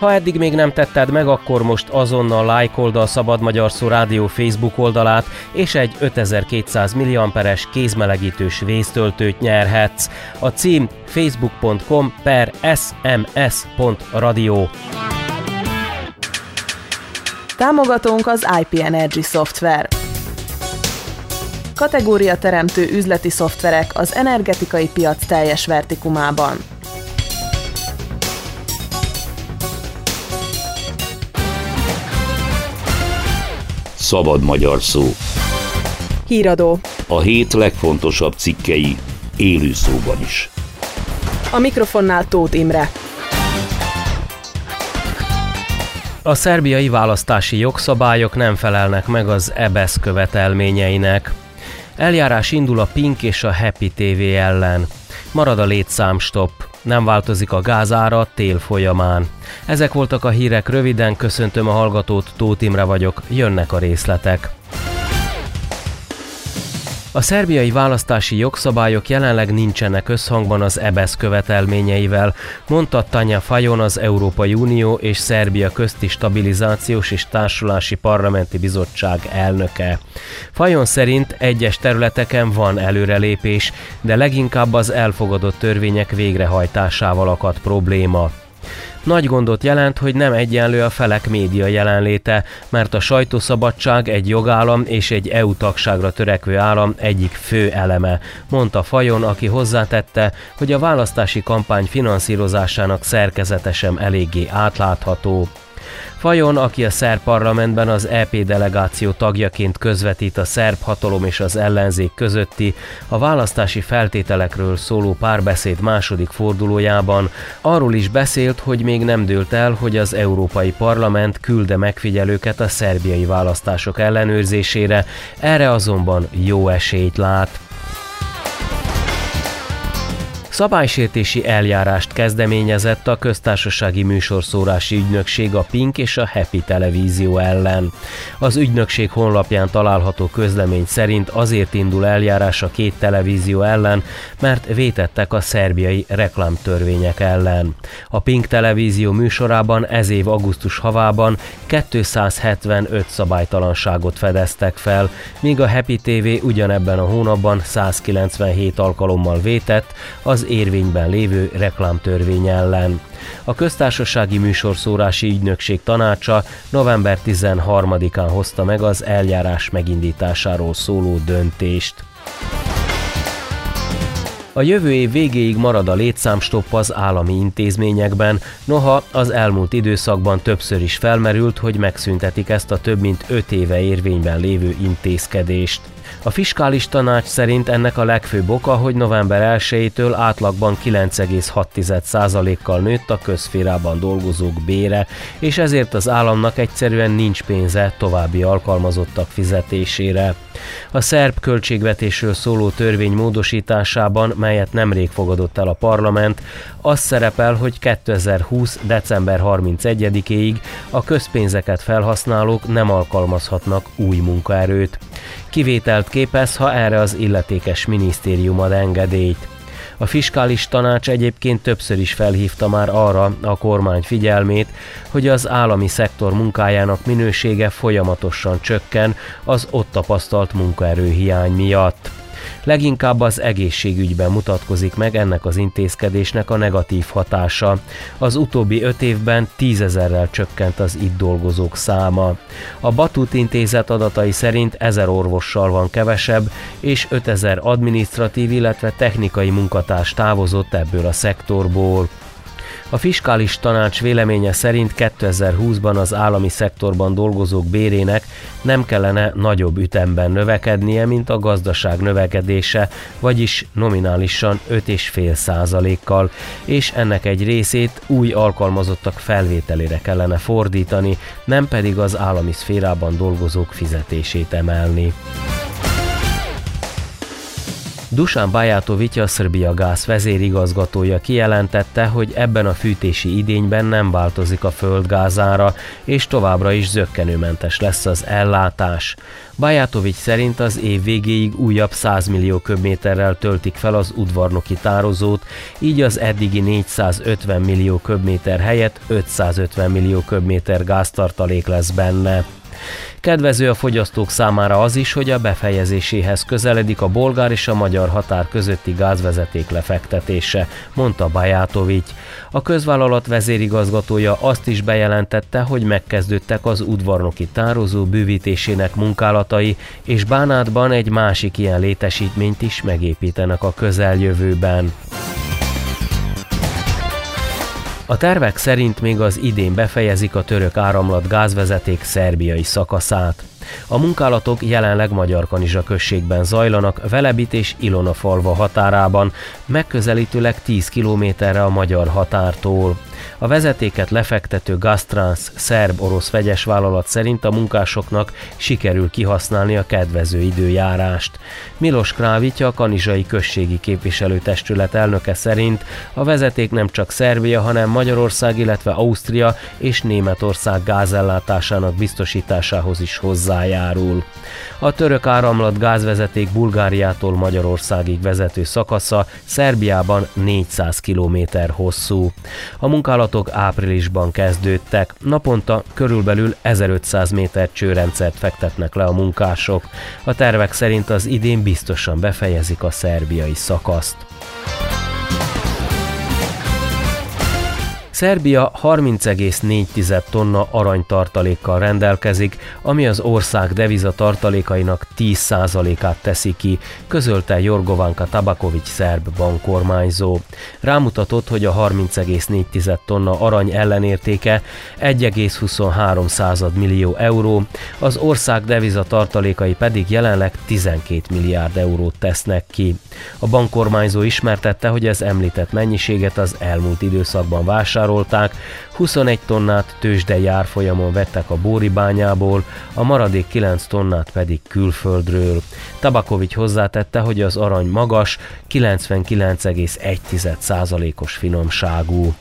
Ha eddig még nem tetted meg, akkor most azonnal lájkold a Szabad Magyar Szó Rádió Facebook oldalát, és egy 5200 mAh kézmelegítős víztöltőt nyerhetsz. A cím facebook.com/sms.radio. Támogatónk az IP Energy Software. Kategóriateremtő üzleti szoftverek az energetikai piac teljes vertikumában. Szabad magyar szó. Híradó. A hét legfontosabb cikkei élő szóban is. A mikrofonnál Tóth Imre. A szerbiai választási jogszabályok nem felelnek meg az EBESZ követelményeinek. Eljárás indul a Pink és a Happy TV ellen. Marad a létszámstopp. Nem változik a gázára tél folyamán. Ezek voltak a hírek röviden, köszöntöm a hallgatót, Tóth Imre vagyok, jönnek a részletek. A szerbiai választási jogszabályok jelenleg nincsenek összhangban az EBESZ követelményeivel, mondta Tanja Fajon, az Európai Unió és Szerbia közti Stabilizációs és Társulási Parlamenti Bizottság elnöke. Fajon szerint egyes területeken van előrelépés, de leginkább az elfogadott törvények végrehajtásával akad probléma. Nagy gondot jelent, hogy nem egyenlő a felek média jelenléte, mert a sajtószabadság egy jogállam és egy EU tagságra törekvő állam egyik fő eleme, mondta Fajon, aki hozzátette, hogy a választási kampány finanszírozásának szerkezete sem eléggé átlátható. Fajon, aki a szerb parlamentben az EP delegáció tagjaként közvetít a szerb hatalom és az ellenzék közötti a választási feltételekről szóló párbeszéd második fordulójában, arról is beszélt, hogy még nem dőlt el, hogy az Európai Parlament külde megfigyelőket a szerbiai választások ellenőrzésére, erre azonban jó esélyt lát. Szabálysértési eljárást kezdeményezett a köztársasági műsorszórási ügynökség a Pink és a Happy televízió ellen. Az ügynökség honlapján található közlemény szerint azért indul eljárás a két televízió ellen, mert vétettek a szerbiai reklámtörvények ellen. A Pink televízió műsorában ez év augusztus havában 275 szabálytalanságot fedeztek fel, míg a Happy TV ugyanebben a hónapban 197 alkalommal vétett az érvényben lévő reklámtörvény ellen. A köztársasági műsorszórási ügynökség tanácsa november 13-án hozta meg az eljárás megindításáról szóló döntést. A jövő év végéig marad a létszámstopp az állami intézményekben, noha az elmúlt időszakban többször is felmerült, hogy megszüntetik ezt a több mint 5 éve érvényben lévő intézkedést. A fiskális tanács szerint ennek a legfőbb oka, hogy november 1-től átlagban 9,6%-kal nőtt a közszférában dolgozók bére, és ezért az államnak egyszerűen nincs pénze további alkalmazottak fizetésére. A szerb költségvetésről szóló törvény módosításában, melyet nemrég fogadott el a parlament, az szerepel, hogy 2020. december 31-éig a közpénzeket felhasználók nem alkalmazhatnak új munkaerőt. Kivételt képez, ha erre az illetékes minisztérium ad engedélyt. A fiskális tanács egyébként többször is felhívta már arra a kormány figyelmét, hogy az állami szektor munkájának minősége folyamatosan csökken az ott tapasztalt munkaerőhiány miatt. Leginkább az egészségügyben mutatkozik meg ennek az intézkedésnek a negatív hatása. Az utóbbi 5 évben 10 000-rel csökkent az itt dolgozók száma. A Batut Intézet adatai szerint 1000 orvossal van kevesebb, és 5000 adminisztratív, illetve technikai munkatárs távozott ebből a szektorból. A fiskális tanács véleménye szerint 2020-ban az állami szektorban dolgozók bérének nem kellene nagyobb ütemben növekednie, mint a gazdaság növekedése, vagyis nominálisan 5,5%-kal, és ennek egy részét új alkalmazottak felvételére kellene fordítani, nem pedig az állami szférában dolgozók fizetését emelni. Dusan Bajatović, a Srbiagáz vezérigazgatója kijelentette, hogy ebben a fűtési idényben nem változik a földgázára, és továbbra is zökkenőmentes lesz az ellátás. Bajatović szerint az év végéig újabb 100 millió köbméterrel töltik fel az udvarnoki tározót, így az eddigi 450 millió köbméter helyett 550 millió köbméter gáztartalék lesz benne. Kedvező a fogyasztók számára az is, hogy a befejezéséhez közeledik a bolgár és a magyar határ közötti gázvezeték lefektetése, mondta Bajatović. A közvállalat vezérigazgatója azt is bejelentette, hogy megkezdődtek az udvarnoki tározó bővítésének munkálatai, és Bánátban egy másik ilyen létesítményt is megépítenek a közeljövőben. A tervek szerint még az idén befejezik a török áramlat gázvezeték szerbiai szakaszát. A munkálatok jelenleg Magyarkanizsa községben zajlanak, Velebit és Ilona falva határában, megközelítőleg 10 kilométerre a magyar határtól. A vezetéket lefektető Gaztrans szerb-orosz vegyes vállalat szerint a munkásoknak sikerül kihasználni a kedvező időjárást. Milos Krávics, a kanizsai községi képviselőtestület elnöke szerint a vezeték nem csak Szerbia, hanem Magyarország, illetve Ausztria és Németország gázellátásának biztosításához is hozzájárul. A török áramlat gázvezeték Bulgáriától Magyarországig vezető szakasza Szerbiában 400 km hosszú. A munkálatok áprilisban kezdődtek. Naponta körülbelül 1500 méter csőrendszert fektetnek le a munkások. A tervek szerint az idén biztosan befejezik a szerbiai szakaszt. Szerbia 30,4 tonna aranytartalékkal rendelkezik, ami az ország devizatartalékainak 10%-át teszi ki, közölte Jorgovanka Tabaković szerb bankkormányzó. Rámutatott, hogy a 30,4 tonna arany ellenértéke 1,23 millió euró, az ország devizatartalékai pedig jelenleg 12 milliárd eurót tesznek ki. A bankkormányzó ismertette, hogy az említett mennyiséget az elmúlt időszakban vásárolták, 21 tonnát tőzsdei árfolyamon vettek a Bóri bányából, a maradék 9 tonnát pedig külföldről. Tabaković hozzátette, hogy az arany magas, 99,1%-os finomságú.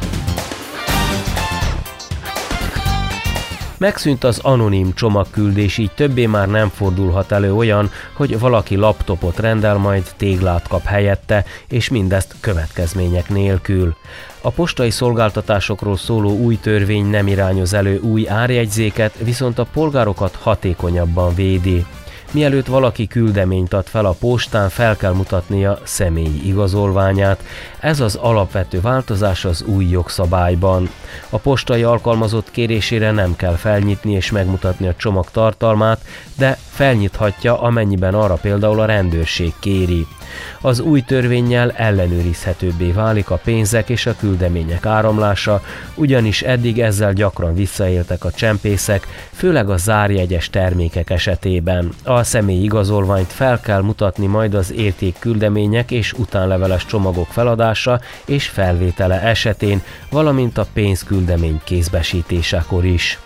Megszűnt az anonim csomagküldés, így többé már nem fordulhat elő olyan, hogy valaki laptopot rendel, majd téglát kap helyette, és mindezt következmények nélkül. A postai szolgáltatásokról szóló új törvény nem irányoz elő új árjegyzéket, viszont a polgárokat hatékonyabban védi. Mielőtt valaki küldeményt ad fel a postán, fel kell mutatnia személyi igazolványát. Ez az alapvető változás az új jogszabályban. A postai alkalmazott kérésére nem kell felnyitni és megmutatni a csomag tartalmát, de felnyithatja, amennyiben arra például a rendőrség kéri. Az új törvénnyel ellenőrizhetőbbé válik a pénzek és a küldemények áramlása, ugyanis eddig ezzel gyakran visszaéltek a csempészek, főleg a zárjegyes termékek esetében. A személyi igazolványt fel kell mutatni majd az értékküldemények és utánleveles csomagok feladása és felvétele esetén, valamint a pénzküldemény kézbesítésekor is.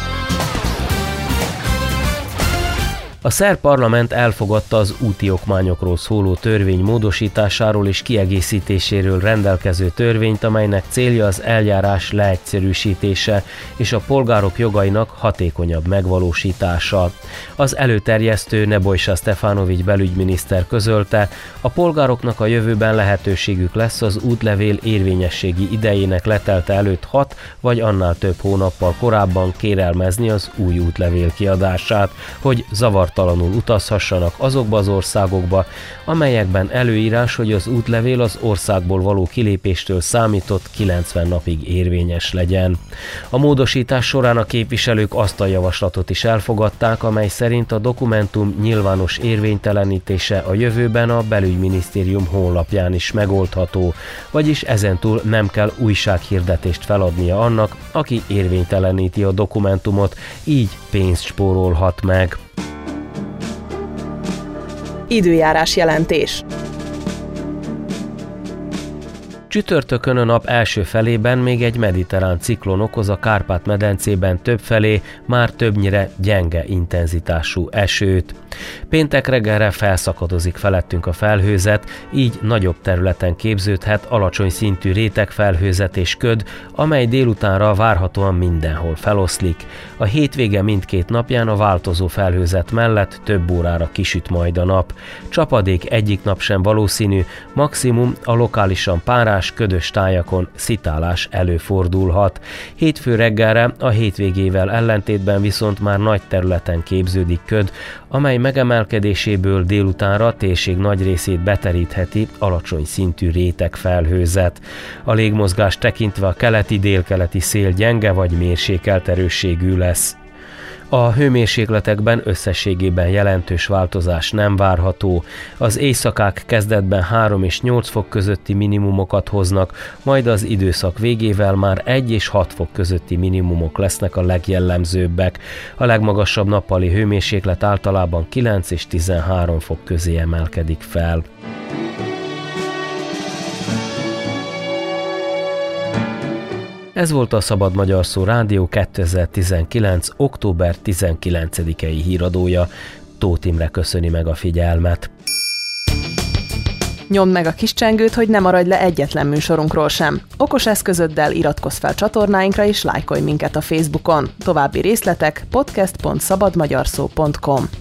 A szerb parlament elfogadta az úti okmányokról szóló törvény módosításáról és kiegészítéséről rendelkező törvényt, amelynek célja az eljárás leegyszerűsítése és a polgárok jogainak hatékonyabb megvalósítása. Az előterjesztő Nebojsa Stefanović belügyminiszter közölte, a polgároknak a jövőben lehetőségük lesz az útlevél érvényességi idejének letelte előtt 6 vagy annál több hónappal korábban kérelmezni az új útlevél kiadását, hogy zavartalanul utazhassanak azokba az országokba, amelyekben előírás, hogy az útlevél az országból való kilépéstől számított 90 napig érvényes legyen. A módosítás során a képviselők azt a javaslatot is elfogadták, amely szerint a dokumentum nyilvános érvénytelenítése a jövőben a belügyminisztérium honlapján is megoldható, vagyis ezentúl nem kell újsághirdetést feladnia annak, aki érvényteleníti a dokumentumot, így pénzt spórolhat meg. Időjárás jelentés. Csütörtökön a nap első felében még egy mediterrán ciklon okoz a Kárpát-medencében többfelé már többnyire gyenge intenzitású esőt. Péntek reggelre felszakadozik felettünk a felhőzet, így nagyobb területen képződhet alacsony szintű rétegfelhőzet és köd, amely délutánra várhatóan mindenhol feloszlik. A hétvége mindkét napján a változó felhőzet mellett több órára kisüt majd a nap. Csapadék egyik nap sem valószínű, maximum a lokálisan párás, ködös tájakon szitálás előfordulhat. Hétfő reggelre a hétvégével ellentétben viszont már nagy területen képződik köd, amely megemelkedéséből délutánra a térség nagy részét beterítheti alacsony szintű rétegfelhőzet. A légmozgás tekintve a keleti-délkeleti szél gyenge vagy mérsékelt erősségű lesz. A hőmérsékletekben összességében jelentős változás nem várható. Az éjszakák kezdetben 3 és 8 fok közötti minimumokat hoznak, majd az időszak végével már 1 és 6 fok közötti minimumok lesznek a legjellemzőbbek. A legmagasabb nappali hőmérséklet általában 9 és 13 fok közé emelkedik fel. Ez volt a Szabad Magyar Szó Rádió 2019. október 19-i híradója. Tóth Imre köszöni meg a figyelmet. Nyomd meg a kis csengőt, hogy ne maradj le egyetlen műsorunkról sem. Okos eszközöddel iratkozz fel csatornáinkra és lájkolj minket a Facebookon. További részletek podcast.szabadmagyarszó.com.